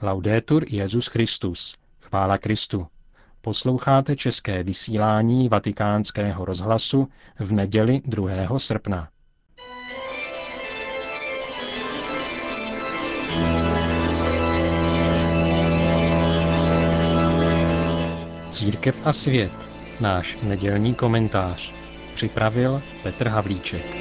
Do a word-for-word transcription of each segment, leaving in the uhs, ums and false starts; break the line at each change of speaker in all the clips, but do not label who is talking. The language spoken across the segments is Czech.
Laudetur Jesus Christus. Chvála Kristu. Posloucháte české vysílání Vatikánského rozhlasu v neděli druhého srpna. Církev a svět. Náš nedělní komentář. Připravil Petr Havlíček.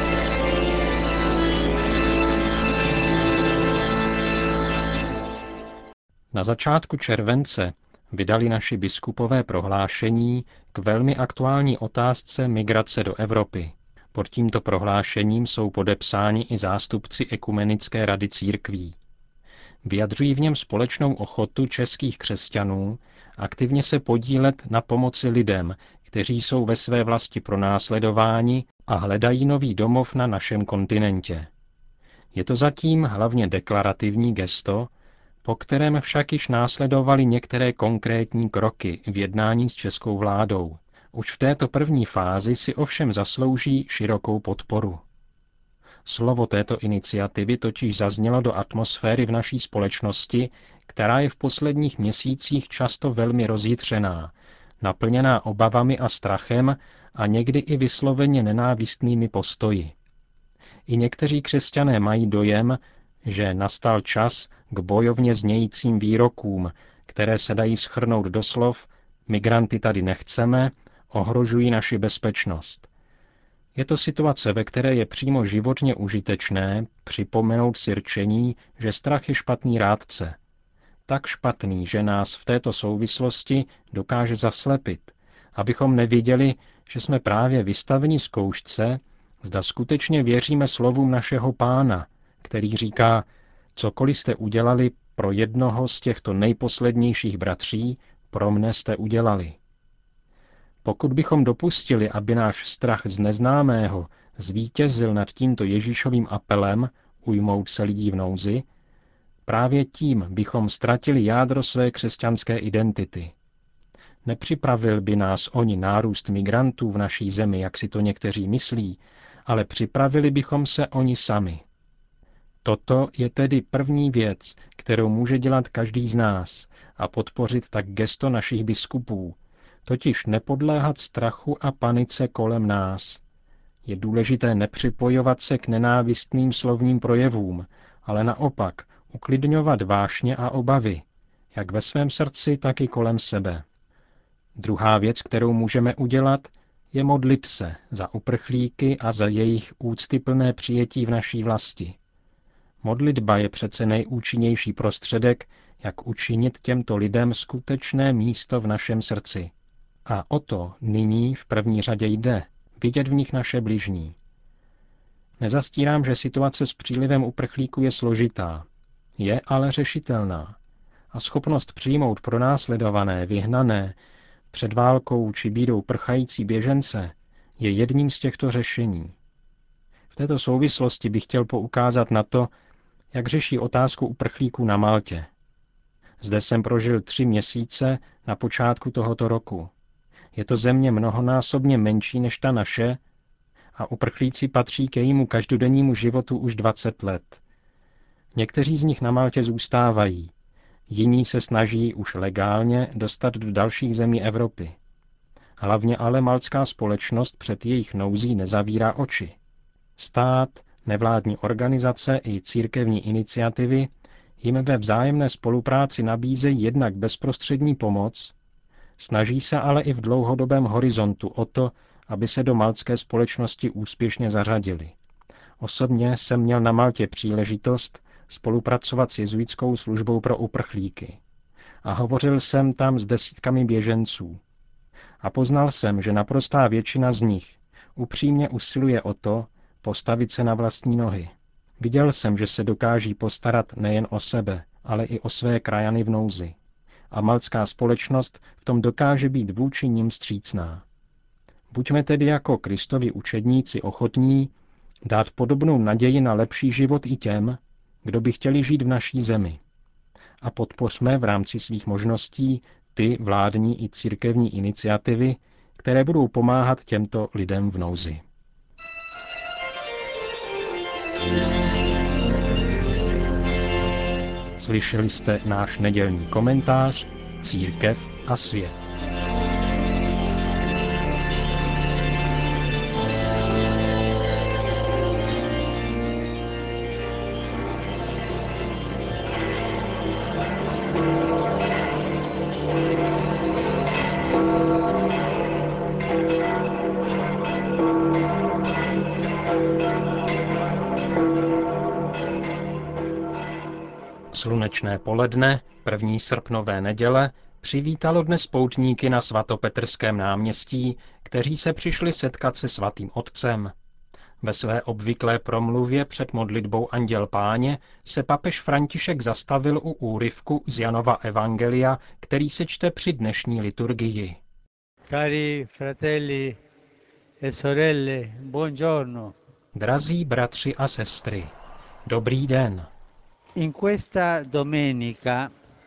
Na začátku července vydali naši biskupové prohlášení k velmi aktuální otázce migrace do Evropy. Pod tímto prohlášením jsou podepsáni i zástupci Ekumenické rady církví. Vyjadřují v něm společnou ochotu českých křesťanů aktivně se podílet na pomoci lidem, kteří jsou ve své vlasti pronásledováni a hledají nový domov na našem kontinentě. Je to zatím hlavně deklarativní gesto, po kterém však již následovaly některé konkrétní kroky v jednání s českou vládou. Už v této první fázi si ovšem zaslouží širokou podporu. Slovo této iniciativy totiž zaznělo do atmosféry v naší společnosti, která je v posledních měsících často velmi rozjitřená, naplněná obavami a strachem a někdy i vysloveně nenávistnými postoji. I někteří křesťané mají dojem, že nastal čas k bojovně znějícím výrokům, které se dají shrnout do slov migranty tady nechceme, ohrožují naši bezpečnost. Je to situace, ve které je přímo životně užitečné připomenout si rčení, že strach je špatný rádce. Tak špatný, že nás v této souvislosti dokáže zaslepit, abychom neviděli, že jsme právě vystaveni zkoušce, zda skutečně věříme slovům našeho Pána, který říká, cokoliv jste udělali pro jednoho z těchto nejposlednějších bratří, pro mne jste udělali. Pokud bychom dopustili, aby náš strach z neznámého zvítězil nad tímto Ježíšovým apelem ujmout se lidí v nouzi, právě tím bychom ztratili jádro své křesťanské identity. Nepřipravil by nás oni nárůst migrantů v naší zemi, jak si to někteří myslí, ale připravili bychom se oni sami. Toto je tedy první věc, kterou může dělat každý z nás a podpořit tak gesto našich biskupů, totiž nepodléhat strachu a panice kolem nás. Je důležité nepřipojovat se k nenávistným slovním projevům, ale naopak uklidňovat vášně a obavy, jak ve svém srdci, tak i kolem sebe. Druhá věc, kterou můžeme udělat, je modlit se za uprchlíky a za jejich úctyplné přijetí v naší vlasti. Modlitba je přece nejúčinnější prostředek, jak učinit těmto lidem skutečné místo v našem srdci. A o to nyní v první řadě jde, vidět v nich naše bližní. Nezastírám, že situace s přílivem uprchlíků je složitá, je ale řešitelná. A schopnost přijmout pronásledované, vyhnané, před válkou či bídou prchající běžence je jedním z těchto řešení. V této souvislosti bych chtěl poukázat na to, jak řeší otázku uprchlíků na Maltě. Zde jsem prožil tři měsíce na počátku tohoto roku. Je to země mnohonásobně menší než ta naše a uprchlíci patří k jejímu každodennímu životu už dvacet let. Někteří z nich na Maltě zůstávají, jiní se snaží už legálně dostat do dalších zemí Evropy. Hlavně ale maltská společnost před jejich nouzí nezavírá oči. Stát, nevládní organizace i církevní iniciativy jim ve vzájemné spolupráci nabízejí jednak bezprostřední pomoc, snaží se ale i v dlouhodobém horizontu o to, aby se do maltské společnosti úspěšně zařadili. Osobně jsem měl na Maltě příležitost spolupracovat s jezuitskou službou pro uprchlíky. A hovořil jsem tam s desítkami běženců. A poznal jsem, že naprostá většina z nich upřímně usiluje o to, postavit se na vlastní nohy. Viděl jsem, že se dokáží postarat nejen o sebe, ale i o své krajany v nouzi. A maltská společnost v tom dokáže být vůči nim vstřícná. Buďme tedy jako Kristovi učedníci ochotní dát podobnou naději na lepší život i těm, kdo by chtěli žít v naší zemi. A podpořme v rámci svých možností ty vládní i církevní iniciativy, které budou pomáhat těmto lidem v nouzi. Slyšeli jste náš nedělní komentář Církev a svět. Slunečné poledne, první srpnové neděle, přivítalo dnes poutníky na svatopetrském náměstí, kteří se přišli setkat se svatým otcem. Ve své obvyklé promluvě před modlitbou Anděl Páně se papež František zastavil u úryvku z Janova evangelia, který se čte při dnešní liturgii.
Cari fratelli e sorelle, buongiorno.
Drazí bratři a sestry, dobrý den.
In questa domenica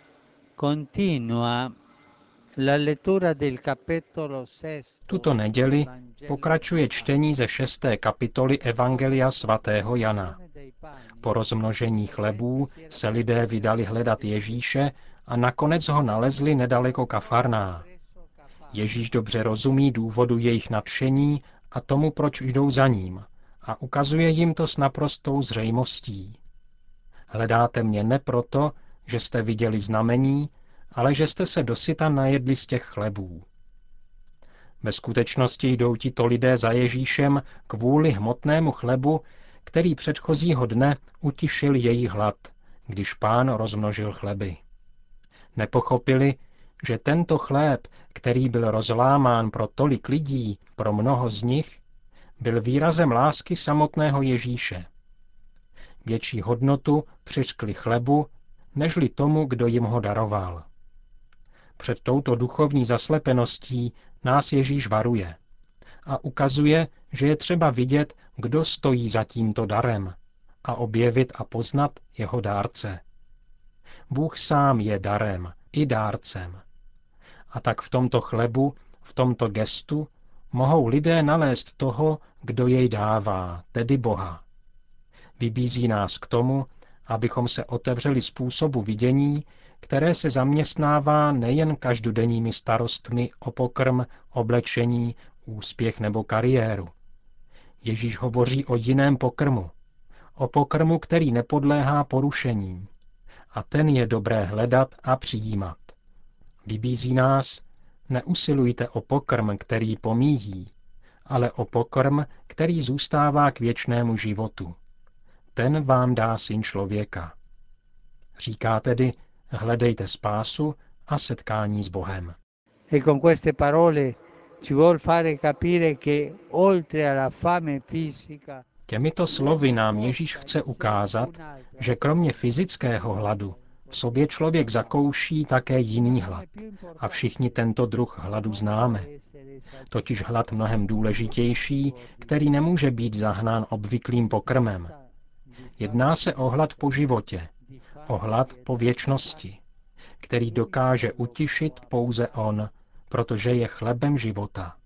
continua la lettura del capitolo sesto.
Tuto neděli pokračuje čtení ze šesté kapitoly Evangelia svatého Jana. Po rozmnožení chlebů se lidé vydali hledat Ježíše a nakonec ho nalezli nedaleko Kafarná. Ježíš dobře rozumí důvodu jejich nadšení a tomu, proč jdou za ním, a ukazuje jim to s naprostou zřejmostí. Hledáte mě ne proto, že jste viděli znamení, ale že jste se dosyta najedli z těch chlebů. Ve skutečnosti jdou tito lidé za Ježíšem kvůli hmotnému chlebu, který předchozího dne utišil jejich hlad, když Pán rozmnožil chleby. Nepochopili, že tento chléb, který byl rozlámán pro tolik lidí, pro mnoho z nich, byl výrazem lásky samotného Ježíše. Větší hodnotu přiřkli chlebu, nežli tomu, kdo jim ho daroval. Před touto duchovní zaslepeností nás Ježíš varuje a ukazuje, že je třeba vidět, kdo stojí za tímto darem a objevit a poznat jeho dárce. Bůh sám je darem i dárcem. A tak v tomto chlebu, v tomto gestu, mohou lidé nalézt toho, kdo jej dává, tedy Boha. Vybízí nás k tomu, abychom se otevřeli způsobu vidění, které se zaměstnává nejen každodenními starostmi o pokrm, oblečení, úspěch nebo kariéru. Ježíš hovoří o jiném pokrmu, o pokrmu, který nepodléhá porušením. A ten je dobré hledat a přijímat. Vybízí nás, neusilujte o pokrm, který pomíjí, ale o pokrm, který zůstává k věčnému životu. Ten vám dá Syn člověka. Říká tedy, hledejte spásu a setkání s Bohem.
E con queste parole ci vuol fare capire che oltre alla fame fisica.
Těmito slovy nám Ježíš chce ukázat, že kromě fyzického hladu v sobě člověk zakouší také jiný hlad. A všichni tento druh hladu známe. Totiž hlad mnohem důležitější, který nemůže být zahnán obvyklým pokrmem. Jedná se o hlad po životě, o hlad po věčnosti, který dokáže utišit pouze on, protože je chlebem života.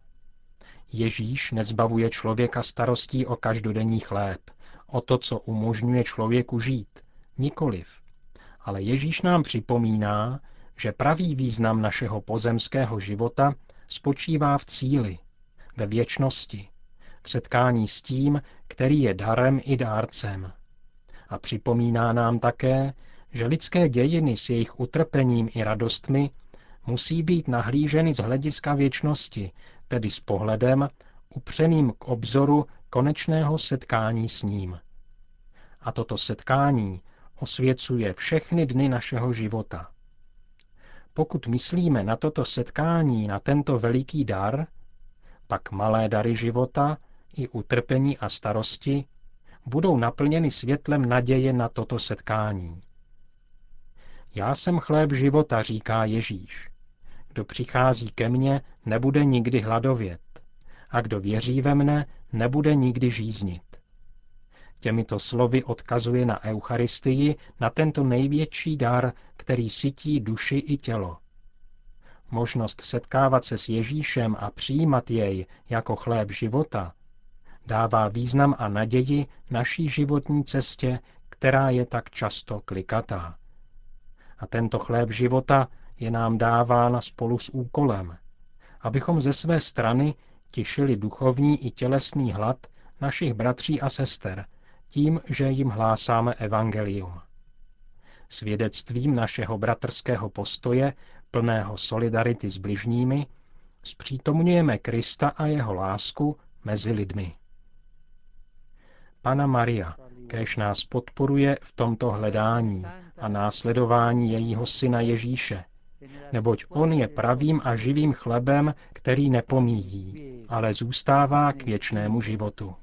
Ježíš nezbavuje člověka starostí o každodenní chléb, o to, co umožňuje člověku žít. Nikoliv. Ale Ježíš nám připomíná, že pravý význam našeho pozemského života spočívá v cíli, ve věčnosti, v setkání s tím, který je darem i dárcem. A připomíná nám také, že lidské dějiny s jejich utrpením i radostmi musí být nahlíženy z hlediska věčnosti, tedy s pohledem upřeným k obzoru konečného setkání s ním. A toto setkání osvěcuje všechny dny našeho života. Pokud myslíme na toto setkání, na tento veliký dar, pak malé dary života i utrpení a starosti budou naplněny světlem naděje na toto setkání. Já jsem chléb života, říká Ježíš. Kdo přichází ke mně, nebude nikdy hladovět. A kdo věří ve mne, nebude nikdy žíznit. Těmito slovy odkazuje na Eucharistii, na tento největší dar, který sytí duši i tělo. Možnost setkávat se s Ježíšem a přijímat jej jako chléb života dává význam a naději naší životní cestě, která je tak často klikatá. A tento chléb života je nám dáván spolu s úkolem, abychom ze své strany těšili duchovní i tělesný hlad našich bratří a sester tím, že jim hlásáme evangelium. Svědectvím našeho bratrského postoje, plného solidarity s bližními, zpřítomňujeme Krista a jeho lásku mezi lidmi. Panna Maria kéž nás podporuje v tomto hledání a následování jejího syna Ježíše, neboť on je pravým a živým chlebem, který nepomíjí, ale zůstává k věčnému životu.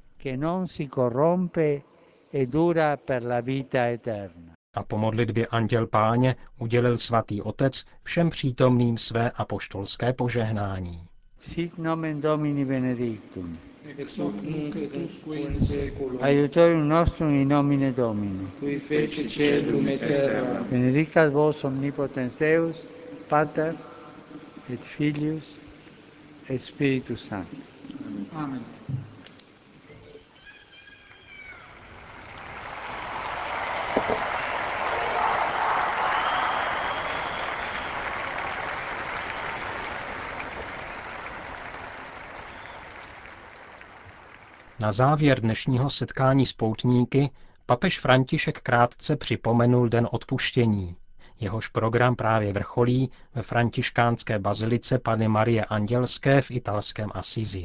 A po modlitbě Anděl Páně udělil svatý otec všem přítomným své apoštolské požehnání.
Sit nomen Domini benedictum. Ex hoc nunc et usque in saeculum. Aiutorium nostrum in nomine Domini. Qui feci caelum et terra. Benedicat vos omnipotens Deus, Pater et Filius et Spiritus Sanctus. Amen.
Na závěr dnešního setkání s poutníky papež František krátce připomenul Den odpuštění. Jehož program právě vrcholí ve františkánské bazilice Panny Marie Andělské v italském Assisi.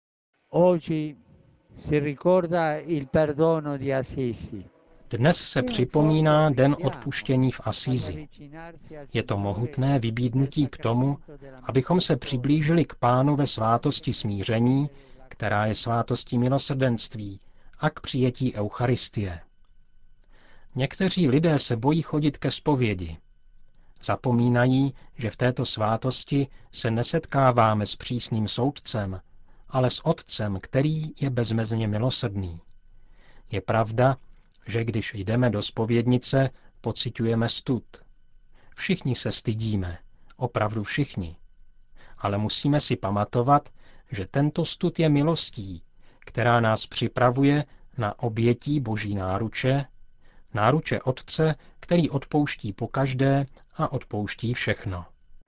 Dnes se připomíná Den odpuštění v Assisi. Je to mohutné vybídnutí k tomu, abychom se přiblížili k Pánu ve svátosti smíření, která je svátostí milosrdenství, a k přijetí Eucharistie. Někteří lidé se bojí chodit ke zpovědi. Zapomínají, že v této svátosti se nesetkáváme s přísným soudcem, ale s Otcem, který je bezmezně milosrdný. Je pravda, že když jdeme do zpovědnice, pociťujeme stud. Všichni se stydíme, opravdu všichni. Ale musíme si pamatovat, že tento stud je milostí, která nás připravuje na objetí Boží náruče, náruče Otce, který odpouští pokaždé a odpouští všechno.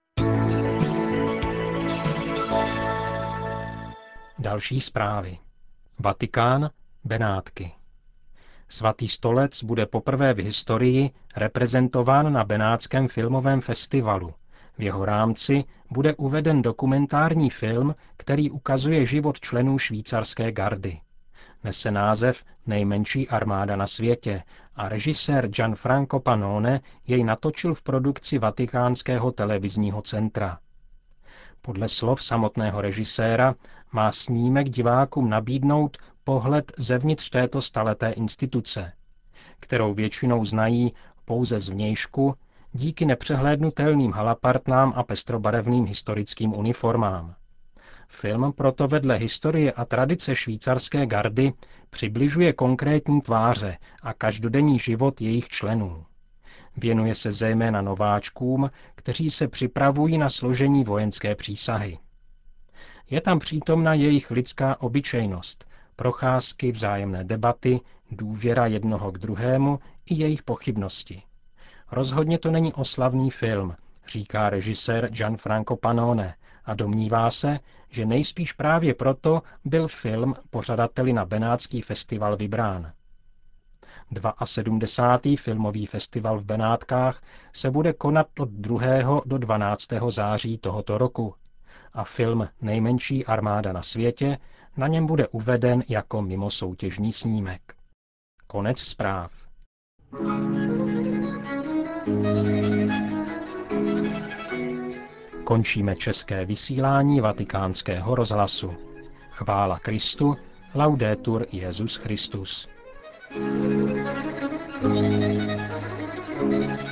Další zprávy. Vatikán, Benátky. Svatý stolec bude poprvé v historii reprezentován na Benátském filmovém festivalu. V jeho rámci bude uveden dokumentární film, který ukazuje život členů švýcarské gardy. Nese název Nejmenší armáda na světě a režisér Gianfranco Panone jej natočil v produkci Vatikánského televizního centra. Podle slov samotného režiséra má snímek divákům nabídnout pohled zevnitř této staleté instituce, kterou většinou znají pouze zvnějšku díky nepřehlédnutelným halapartnám a pestrobarevným historickým uniformám. Film proto vedle historie a tradice švýcarské gardy přibližuje konkrétní tváře a každodenní život jejich členů. Věnuje se zejména nováčkům, kteří se připravují na složení vojenské přísahy. Je tam přítomna jejich lidská obyčejnost, procházky, vzájemné debaty, důvěra jednoho k druhému i jejich pochybnosti. Rozhodně to není oslavný film, říká režisér Gianfranco Panone a domnívá se, že nejspíš právě proto byl film pořadateli na Benátský festival vybrán. sedmdesátý druhý filmový festival v Benátkách se bude konat od druhého do dvanáctého září tohoto roku a film Nejmenší armáda na světě na něm bude uveden jako mimosoutěžní snímek. Konec zpráv. Končíme české vysílání Vatikánského rozhlasu. Chvála Kristu, laudetur Jesus Christus. Thank you.